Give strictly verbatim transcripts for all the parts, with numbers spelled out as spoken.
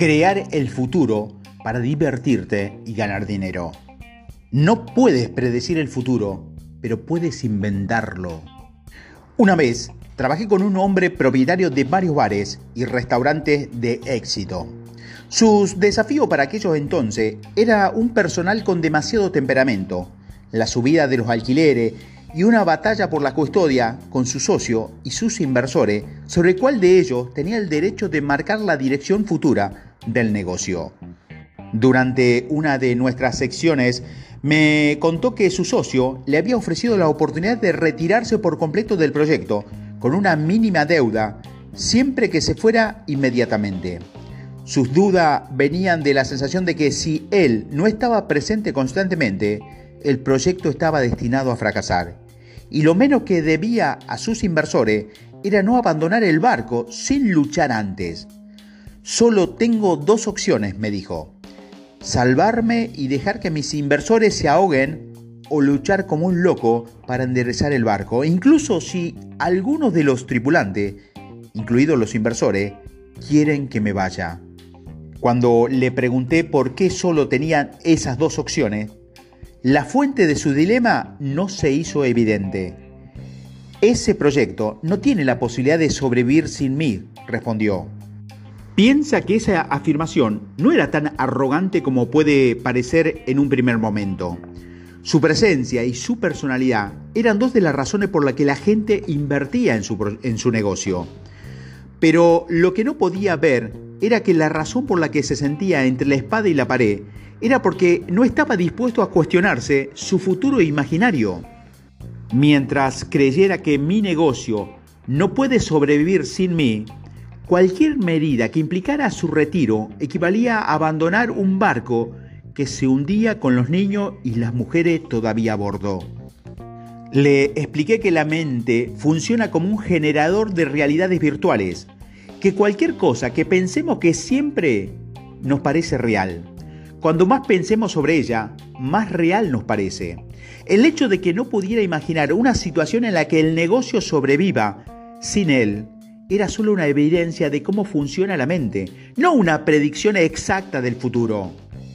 Crear el futuro para divertirte y ganar dinero. No puedes predecir el futuro, pero puedes inventarlo. Una vez trabajé con un hombre propietario de varios bares y restaurantes de éxito. Su desafío para aquellos entonces era un personal con demasiado temperamento, la subida de los alquileres y una batalla por la custodia con su socio y sus inversores sobre cuál de ellos tenía el derecho de marcar la dirección futura del negocio. Durante una de nuestras secciones me contó que su socio le había ofrecido la oportunidad de retirarse por completo del proyecto con una mínima deuda siempre que se fuera inmediatamente. Sus dudas venían de la sensación de que si él no estaba presente constantemente, el proyecto estaba destinado a fracasar. Y lo menos que debía a sus inversores era no abandonar el barco sin luchar antes. Solo tengo dos opciones, me dijo. Salvarme y dejar que mis inversores se ahoguen o luchar como un loco para enderezar el barco, incluso si algunos de los tripulantes, incluidos los inversores, quieren que me vaya. Cuando le pregunté por qué solo tenían esas dos opciones, la fuente de su dilema no se hizo evidente. Ese proyecto no tiene la posibilidad de sobrevivir sin mí, respondió. Piensa que esa afirmación no era tan arrogante como puede parecer en un primer momento. Su presencia y su personalidad eran dos de las razones por las que la gente invertía en su, en su negocio. Pero lo que no podía ver era que la razón por la que se sentía entre la espada y la pared era porque no estaba dispuesto a cuestionarse su futuro imaginario. Mientras creyera que mi negocio no puede sobrevivir sin mí, cualquier medida que implicara su retiro equivalía a abandonar un barco que se hundía con los niños y las mujeres todavía a bordo. Le expliqué que la mente funciona como un generador de realidades virtuales, que cualquier cosa que pensemos que siempre nos parece real. Cuando más pensemos sobre ella, más real nos parece. El hecho de que no pudiera imaginar una situación en la que el negocio sobreviva sin él era solo una evidencia de cómo funciona la mente, no una predicción exacta del futuro.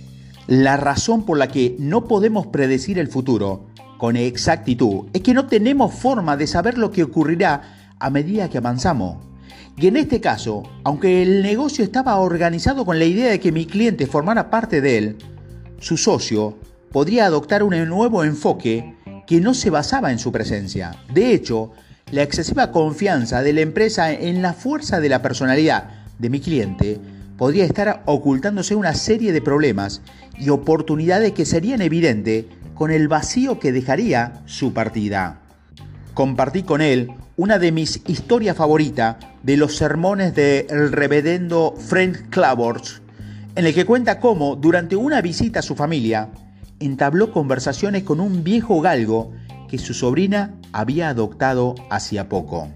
La razón por la que no podemos predecir el futuro con exactitud es que no tenemos forma de saber lo que ocurrirá a medida que avanzamos. Y en este caso, aunque el negocio estaba organizado con la idea de que mi cliente formara parte de él, su socio podría adoptar un nuevo enfoque que no se basaba en su presencia. De hecho, la excesiva confianza de la empresa en la fuerza de la personalidad de mi cliente podría estar ocultándose una serie de problemas y oportunidades que serían evidentes con el vacío que dejaría su partida. Compartí con él una de mis historias favoritas de los sermones del reverendo Frank Clavors, en el que cuenta cómo, durante una visita a su familia, entabló conversaciones con un viejo galgo que su sobrina había adoptado hacía poco.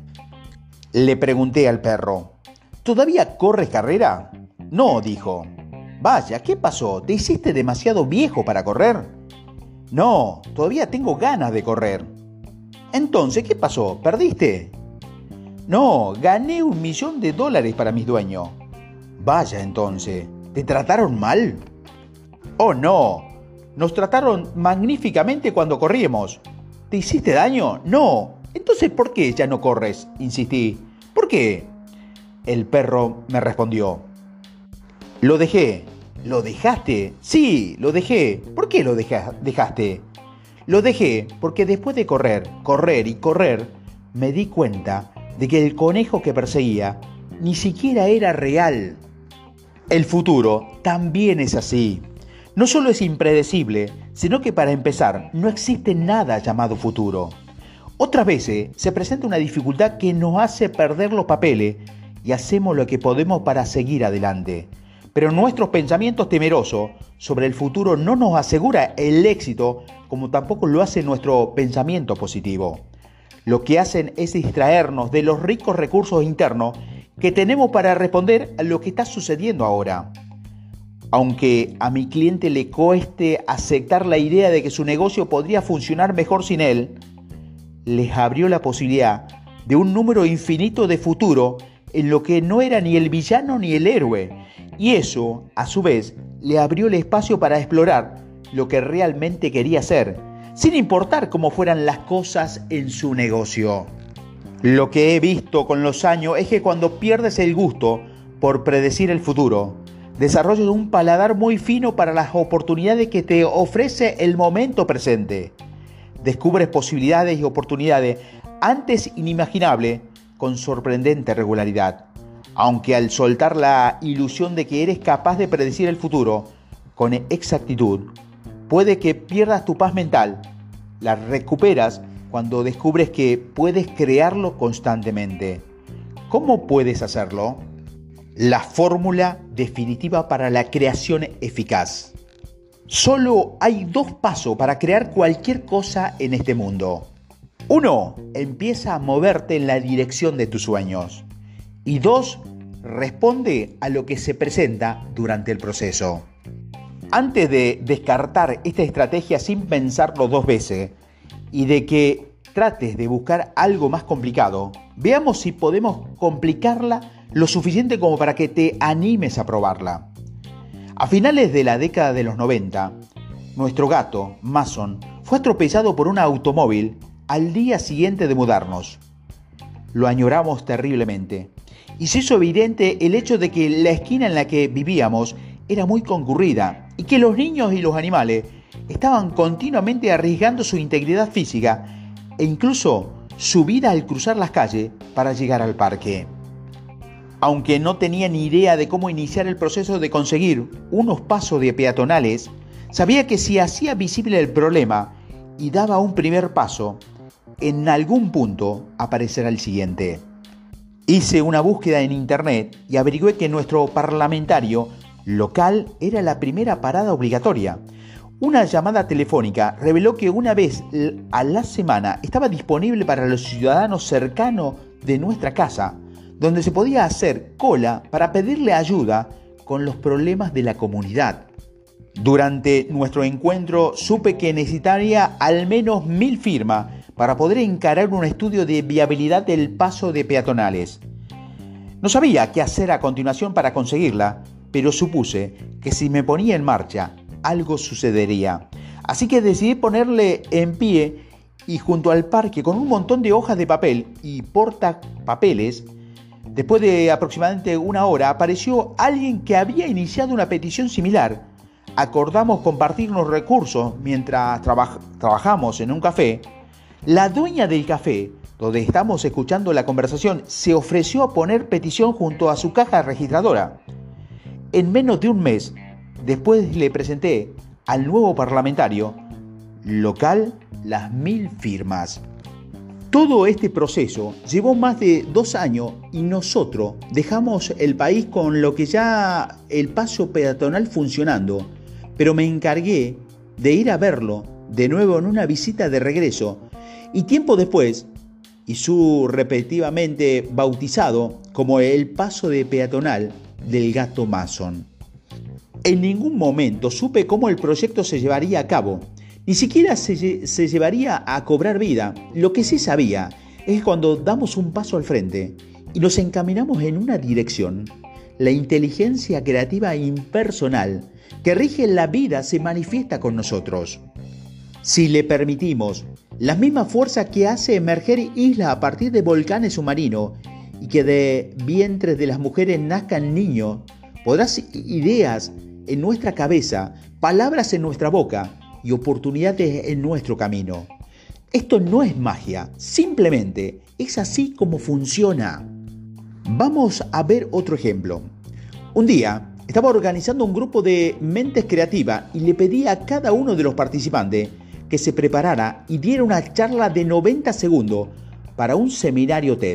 Le pregunté al perro, ¿todavía corres carrera? No, dijo. Vaya, ¿qué pasó? ¿Te hiciste demasiado viejo para correr? No, todavía tengo ganas de correr. Entonces, ¿qué pasó? ¿Perdiste? No, gané un millón de dólares para mis dueños. Vaya, entonces, ¿te trataron mal? Oh, no, nos trataron magníficamente cuando corríamos. ¿Te hiciste daño? No. Entonces, ¿por qué ya no corres? Insistí. ¿Por qué? El perro me respondió. Lo dejé. ¿Lo dejaste? Sí, lo dejé. ¿Por qué lo deja- dejaste? Lo dejé porque después de correr, correr y correr, me di cuenta de que el conejo que perseguía ni siquiera era real. El futuro también es así. No solo es impredecible, sino que para empezar, no existe nada llamado futuro. Otras veces se presenta una dificultad que nos hace perder los papeles y hacemos lo que podemos para seguir adelante. Pero nuestros pensamientos temerosos sobre el futuro no nos asegura el éxito, como tampoco lo hace nuestro pensamiento positivo. Lo que hacen es distraernos de los ricos recursos internos que tenemos para responder a lo que está sucediendo ahora. Aunque a mi cliente le cueste aceptar la idea de que su negocio podría funcionar mejor sin él, les abrió la posibilidad de un número infinito de futuro en lo que no era ni el villano ni el héroe, Y eso, a su vez, le abrió el espacio para explorar lo que realmente quería hacer, sin importar cómo fueran las cosas en su negocio. Lo que he visto con los años es que cuando pierdes el gusto por predecir el futuro, desarrollas un paladar muy fino para las oportunidades que te ofrece el momento presente. Descubres posibilidades y oportunidades antes inimaginables con sorprendente regularidad. Aunque al soltar la ilusión de que eres capaz de predecir el futuro con exactitud, puede que pierdas tu paz mental. La recuperas cuando descubres que puedes crearlo constantemente. ¿Cómo puedes hacerlo? La fórmula definitiva para la creación eficaz. Solo hay dos pasos para crear cualquier cosa en este mundo. Uno, empieza a moverte en la dirección de tus sueños. Y dos, responde a lo que se presenta durante el proceso. Antes de descartar esta estrategia sin pensarlo dos veces y de que trates de buscar algo más complicado, veamos si podemos complicarla lo suficiente como para que te animes a probarla. A finales de la década de los noventa, nuestro gato, Mason, fue atropellado por un automóvil al día siguiente de mudarnos. Lo añoramos terriblemente y se hizo evidente el hecho de que la esquina en la que vivíamos era muy concurrida y que los niños y los animales estaban continuamente arriesgando su integridad física e incluso su vida al cruzar las calles para llegar al parque. Aunque no tenía ni idea de cómo iniciar el proceso de conseguir unos pasos de peatonales, sabía que si hacía visible el problema y daba un primer paso, en algún punto aparecerá el siguiente. Hice una búsqueda en internet y averigüé que nuestro parlamentario local era la primera parada obligatoria. Una llamada telefónica reveló que una vez a la semana estaba disponible para los ciudadanos cercanos de nuestra casa, donde se podía hacer cola para pedirle ayuda con los problemas de la comunidad. Durante nuestro encuentro supe que necesitaría al menos mil firmas para poder encarar un estudio de viabilidad del paso de peatonales. No sabía qué hacer a continuación para conseguirla, pero supuse que si me ponía en marcha, algo sucedería. Así que decidí ponerle en pie y junto al parque con un montón de hojas de papel y portapapeles. Después de aproximadamente una hora apareció alguien que había iniciado una petición similar. Acordamos compartirnos recursos mientras traba- trabajamos en un café. La dueña del café, donde estamos escuchando la conversación, se ofreció a poner petición junto a su caja registradora. En menos de un mes, después le presenté al nuevo parlamentario local las mil firmas. Todo este proceso llevó más de dos años y nosotros dejamos el país con lo que ya el paso peatonal funcionando, pero me encargué de ir a verlo de nuevo en una visita de regreso y tiempo después hizo repetitivamente bautizado como el paso de peatonal del gato Mason. En ningún momento supe cómo el proyecto se llevaría a cabo. Ni siquiera se, se llevaría a cobrar vida. Lo que sí sabía es que cuando damos un paso al frente y nos encaminamos en una dirección, la inteligencia creativa impersonal que rige la vida se manifiesta con nosotros. Si le permitimos la misma fuerza que hace emerger islas a partir de volcanes submarinos y que de vientres de las mujeres nazcan niños, podrás ideas en nuestra cabeza, palabras en nuestra boca y oportunidades en nuestro camino. Esto no es magia, simplemente es así como funciona. Vamos a ver otro ejemplo. Un día estaba organizando un grupo de mentes creativas y le pedí a cada uno de los participantes que se preparara y diera una charla de noventa segundos para un seminario TED,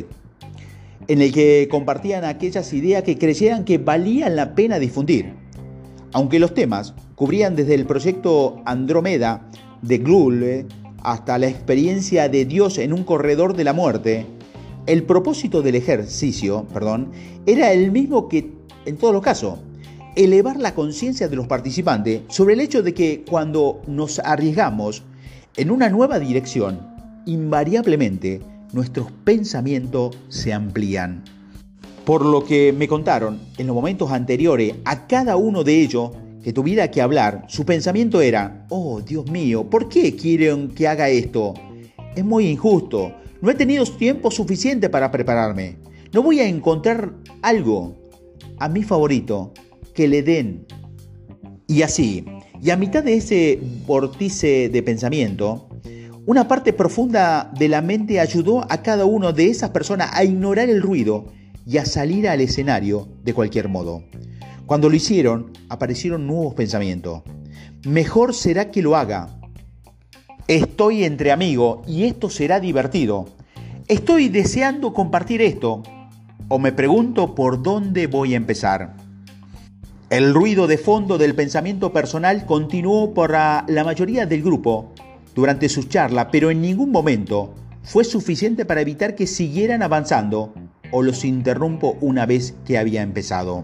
en el que compartían aquellas ideas que creyeran que valían la pena difundir. Aunque los temas cubrían desde el proyecto Andrómeda de Google hasta la experiencia de Dios en un corredor de la muerte, el propósito del ejercicio, perdón, era el mismo que en todos los casos: elevar la conciencia de los participantes sobre el hecho de que cuando nos arriesgamos en una nueva dirección, invariablemente nuestros pensamientos se amplían. Por lo que me contaron en los momentos anteriores, a cada uno de ellos que tuviera que hablar, su pensamiento era: oh, Dios mío, ¿por qué quieren que haga esto? Es muy injusto, no he tenido tiempo suficiente para prepararme, no voy a encontrar algo a mi favorito que le den. Y así, y a mitad de ese vórtice de pensamiento, una parte profunda de la mente ayudó a cada una de esas personas a ignorar el ruido y a salir al escenario de cualquier modo. Cuando lo hicieron, aparecieron nuevos pensamientos. Mejor será que lo haga. Estoy entre amigos y esto será divertido. Estoy deseando compartir esto. O me pregunto por dónde voy a empezar. El ruido de fondo del pensamiento personal continuó por la, la mayoría del grupo durante sus charlas, pero en ningún momento fue suficiente para evitar que siguieran avanzando o los interrumpo una vez que había empezado.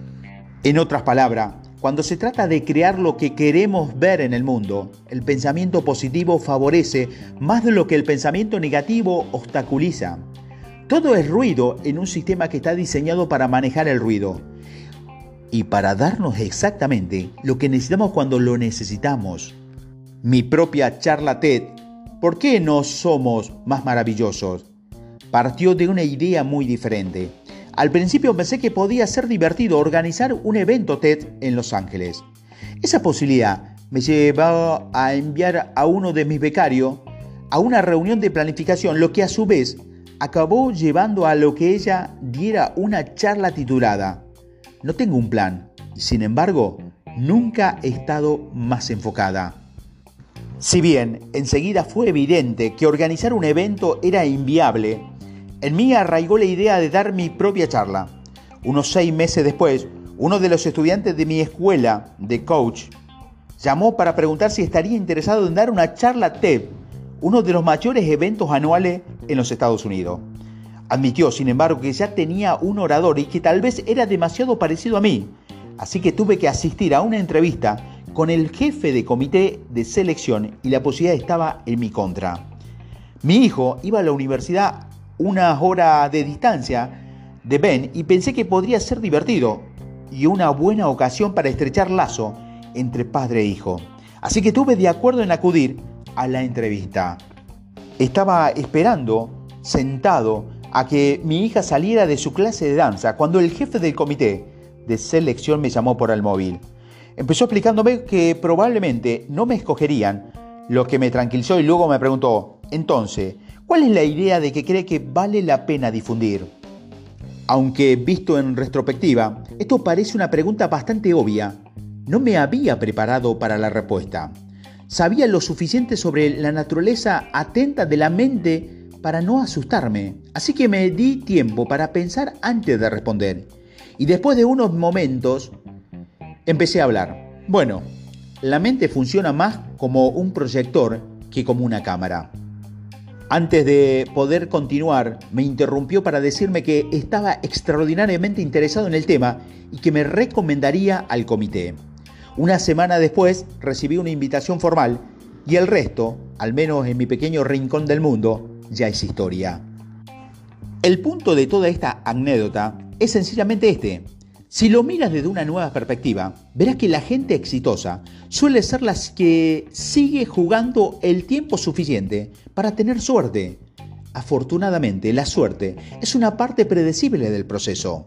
En otras palabras, cuando se trata de crear lo que queremos ver en el mundo, el pensamiento positivo favorece más de lo que el pensamiento negativo obstaculiza. Todo es ruido en un sistema que está diseñado para manejar el ruido y para darnos exactamente lo que necesitamos cuando lo necesitamos. Mi propia charla TED, ¿por qué no somos más maravillosos?, partió de una idea muy diferente. Al principio pensé que podía ser divertido organizar un evento TED en Los Ángeles. Esa posibilidad me llevó a enviar a uno de mis becarios a una reunión de planificación, lo que a su vez acabó llevando a lo que ella diera una charla titulada No tengo un plan, sin embargo, nunca he estado más enfocada. Si bien enseguida fue evidente que organizar un evento era inviable, en mí arraigó la idea de dar mi propia charla. Unos seis meses después, uno de los estudiantes de mi escuela de coach llamó para preguntar si estaría interesado en dar una charla TED, uno de los mayores eventos anuales en los Estados Unidos. Admitió, sin embargo, que ya tenía un orador y que tal vez era demasiado parecido a mí, así que tuve que asistir a una entrevista con el jefe de comité de selección y la posibilidad estaba en mi contra. Mi hijo iba a la universidad una hora de distancia de Ben y pensé que podría ser divertido y una buena ocasión para estrechar lazo entre padre e hijo. Así que estuve de acuerdo en acudir a la entrevista. Estaba esperando, sentado, a que mi hija saliera de su clase de danza cuando el jefe del comité de selección me llamó por el móvil. Empezó explicándome que probablemente no me escogerían, lo que me tranquilizó, y luego me preguntó: entonces, ¿cuál es la idea de que cree que vale la pena difundir? Aunque visto en retrospectiva, esto parece una pregunta bastante obvia. No me había preparado para la respuesta. Sabía lo suficiente sobre la naturaleza atenta de la mente para no asustarme, así que me di tiempo para pensar antes de responder. Y después de unos momentos, empecé a hablar. Bueno, la mente funciona más como un proyector que como una cámara. Antes de poder continuar, me interrumpió para decirme que estaba extraordinariamente interesado en el tema y que me recomendaría al comité. Una semana después recibí una invitación formal y el resto, al menos en mi pequeño rincón del mundo, ya es historia. El punto de toda esta anécdota es sencillamente este. Si lo miras desde una nueva perspectiva, verás que la gente exitosa suele ser la que sigue jugando el tiempo suficiente para tener suerte. Afortunadamente, la suerte es una parte predecible del proceso.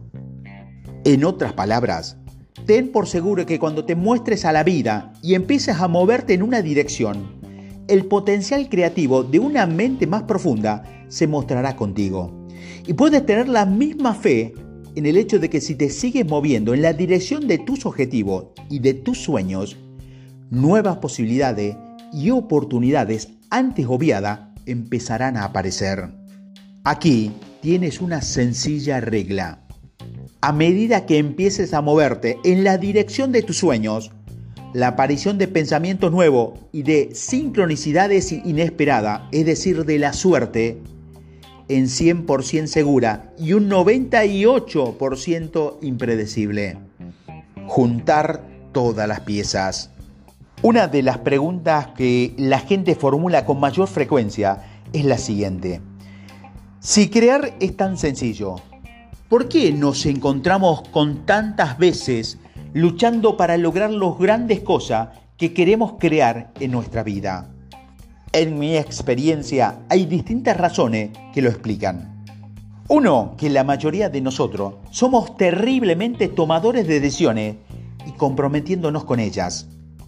En otras palabras, ten por seguro que cuando te muestres a la vida y empieces a moverte en una dirección, el potencial creativo de una mente más profunda se mostrará contigo. Y puedes tener la misma fe en el hecho de que si te sigues moviendo en la dirección de tus objetivos y de tus sueños, nuevas posibilidades y oportunidades antes obviadas empezarán a aparecer. Aquí tienes una sencilla regla. A medida que empieces a moverte en la dirección de tus sueños, la aparición de pensamientos nuevos y de sincronicidades inesperadas, es decir, de la suerte, en cien por ciento segura y un noventa y ocho por ciento impredecible. Juntar todas las piezas. Una de las preguntas que la gente formula con mayor frecuencia es la siguiente. Si crear es tan sencillo, ¿Por qué nos encontramos con tantas veces luchando para lograr las grandes cosas que queremos crear en nuestra vida? En mi experiencia hay distintas razones que lo explican. Uno, que la mayoría de nosotros somos terriblemente tomadores de decisiones y comprometiéndonos con ellas.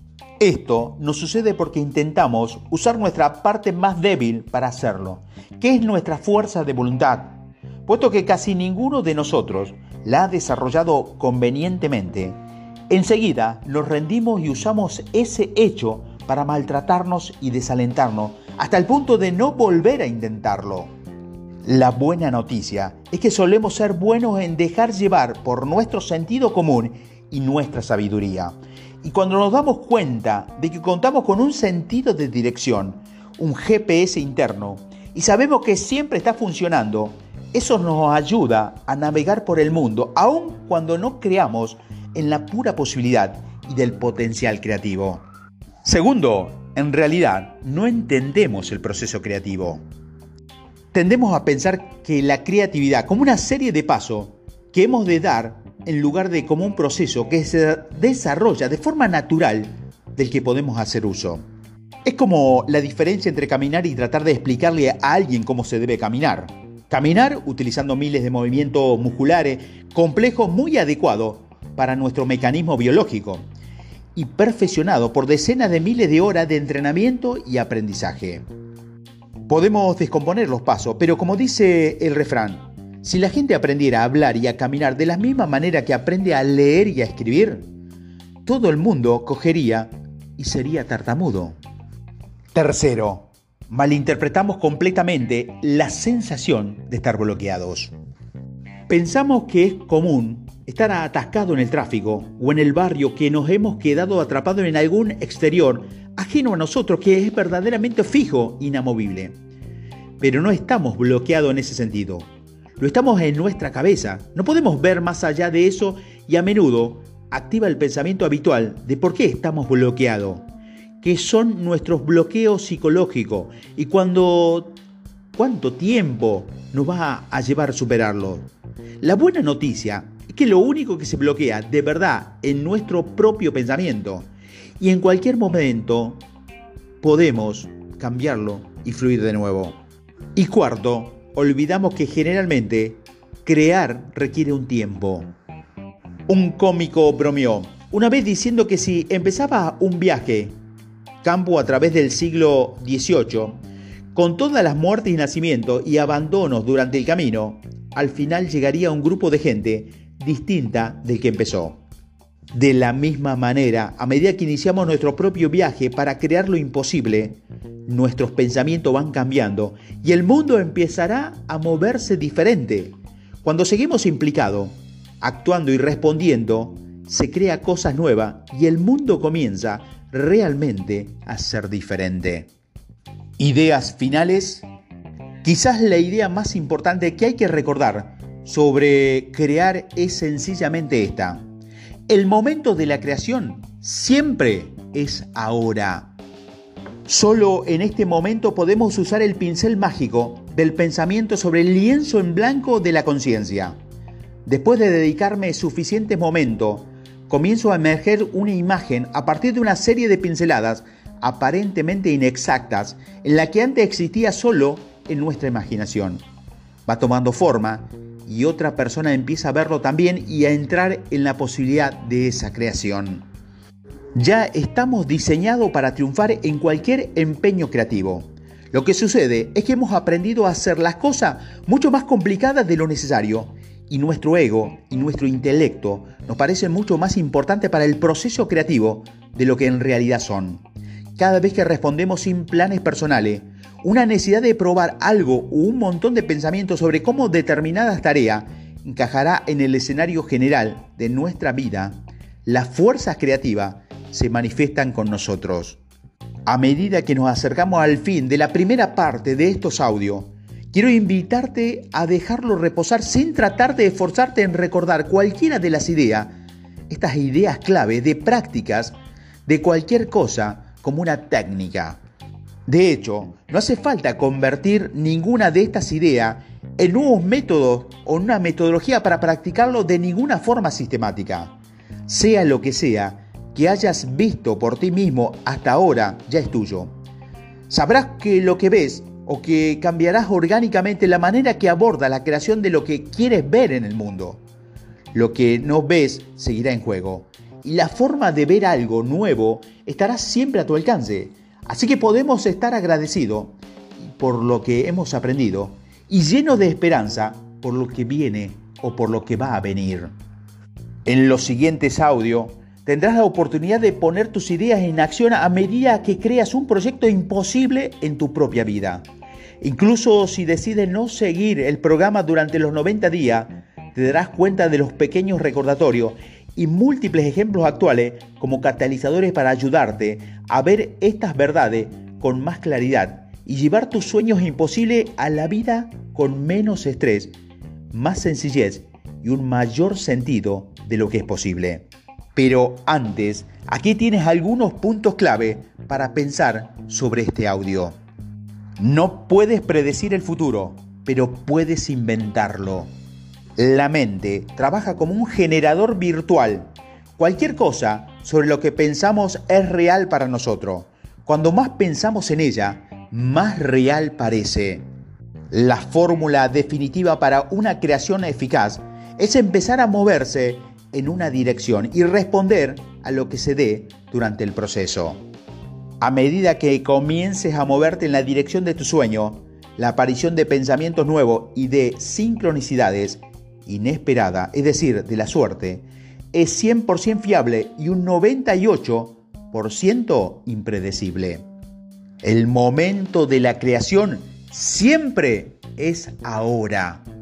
Esto nos sucede porque intentamos usar nuestra parte más débil para hacerlo, que es nuestra fuerza de voluntad, puesto que casi ninguno de nosotros la ha desarrollado convenientemente. Enseguida nos rendimos y usamos ese hecho para maltratarnos y desalentarnos hasta el punto de no volver a intentarlo. La buena noticia es que solemos ser buenos en dejar llevar por nuestro sentido común y nuestra sabiduría. Y cuando nos damos cuenta de que contamos con un sentido de dirección, un G P S interno, y sabemos que siempre está funcionando, eso nos ayuda a navegar por el mundo, aun cuando no creamos en la pura posibilidad y del potencial creativo. Segundo, en realidad no entendemos el proceso creativo. Tendemos a pensar que la creatividad como una serie de pasos que hemos de dar en lugar de como un proceso que se desarrolla de forma natural del que podemos hacer uso. Es como la diferencia entre caminar y tratar de explicarle a alguien cómo se debe caminar. Caminar utilizando miles de movimientos musculares complejos muy adecuados para nuestro mecanismo biológico y perfeccionado por decenas de miles de horas de entrenamiento y aprendizaje. Podemos descomponer los pasos, pero como dice el refrán, si la gente aprendiera a hablar y a caminar de la misma manera que aprende a leer y a escribir, todo el mundo cogería y sería tartamudo. Tercero, malinterpretamos completamente la sensación de estar bloqueados. Pensamos que es común estar atascado en el tráfico o en el barrio, que nos hemos quedado atrapados en algún exterior ajeno a nosotros que es verdaderamente fijo, inamovible. Pero no estamos bloqueados en ese sentido. Lo estamos en nuestra cabeza. No podemos ver más allá de eso y a menudo activa el pensamiento habitual de por qué estamos bloqueados, que son nuestros bloqueos psicológicos y cuando, cuánto tiempo nos va a llevar a superarlo. La buena noticia es que lo único que se bloquea de verdad es nuestro propio pensamiento y en cualquier momento podemos cambiarlo y fluir de nuevo. Y cuarto, olvidamos que generalmente crear requiere un tiempo. Un cómico bromeó una vez diciendo que si empezaba un viaje campo a través del siglo dieciocho, con todas las muertes y nacimientos y abandonos durante el camino, al final llegaría un grupo de gente distinta del que empezó. De la misma manera, a medida que iniciamos nuestro propio viaje para crear lo imposible, nuestros pensamientos van cambiando y el mundo empezará a moverse diferente. Cuando seguimos implicados, actuando y respondiendo, se crea cosas nuevas y el mundo comienza realmente a ser diferente. ¿Ideas finales? Quizás la idea más importante que hay que recordar sobre crear es sencillamente esta. El momento de la creación siempre es ahora. Solo en este momento podemos usar el pincel mágico del pensamiento sobre el lienzo en blanco de la conciencia. Después de dedicarme suficiente momento, comienzo a emerger una imagen a partir de una serie de pinceladas aparentemente inexactas en la que antes existía solo en nuestra imaginación. Va tomando forma y otra persona empieza a verlo también y a entrar en la posibilidad de esa creación. Ya estamos diseñados para triunfar en cualquier empeño creativo. Lo que sucede es que hemos aprendido a hacer las cosas mucho más complicadas de lo necesario y nuestro ego y nuestro intelecto nos parecen mucho más importantes para el proceso creativo de lo que en realidad son. Cada vez que respondemos sin planes personales, una necesidad de probar algo o un montón de pensamientos sobre cómo determinadas tareas encajará en el escenario general de nuestra vida, las fuerzas creativas se manifiestan con nosotros. A medida que nos acercamos al fin de la primera parte de estos audios, quiero invitarte a dejarlo reposar sin tratar de esforzarte en recordar cualquiera de las ideas, estas ideas clave de prácticas de cualquier cosa como una técnica. De hecho, no hace falta convertir ninguna de estas ideas en nuevos métodos o en una metodología para practicarlo de ninguna forma sistemática. Sea lo que sea que hayas visto por ti mismo hasta ahora, ya es tuyo. Sabrás que lo que ves o que cambiarás orgánicamente la manera que aborda la creación de lo que quieres ver en el mundo. Lo que no ves seguirá en juego y la forma de ver algo nuevo estará siempre a tu alcance. Así que podemos estar agradecidos por lo que hemos aprendido y llenos de esperanza por lo que viene o por lo que va a venir. En los siguientes audios tendrás la oportunidad de poner tus ideas en acción a medida que creas un proyecto imposible en tu propia vida. Incluso si decides no seguir el programa durante los noventa días, te darás cuenta de los pequeños recordatorios y múltiples ejemplos actuales como catalizadores para ayudarte a ver estas verdades con más claridad y llevar tus sueños imposibles a la vida con menos estrés, más sencillez y un mayor sentido de lo que es posible. Pero antes, aquí tienes algunos puntos clave para pensar sobre este audio. No puedes predecir el futuro, pero puedes inventarlo. La mente trabaja como un generador virtual. Cualquier cosa sobre lo que pensamos es real para nosotros. Cuando más pensamos en ella, más real parece. La fórmula definitiva para una creación eficaz es empezar a moverse en una dirección y responder a lo que se dé durante el proceso. A medida que comiences a moverte en la dirección de tu sueño, la aparición de pensamientos nuevos y de sincronicidades inesperada, es decir, de la suerte, es cien por ciento fiable y un noventa y ocho por ciento impredecible. El momento de la creación siempre es ahora.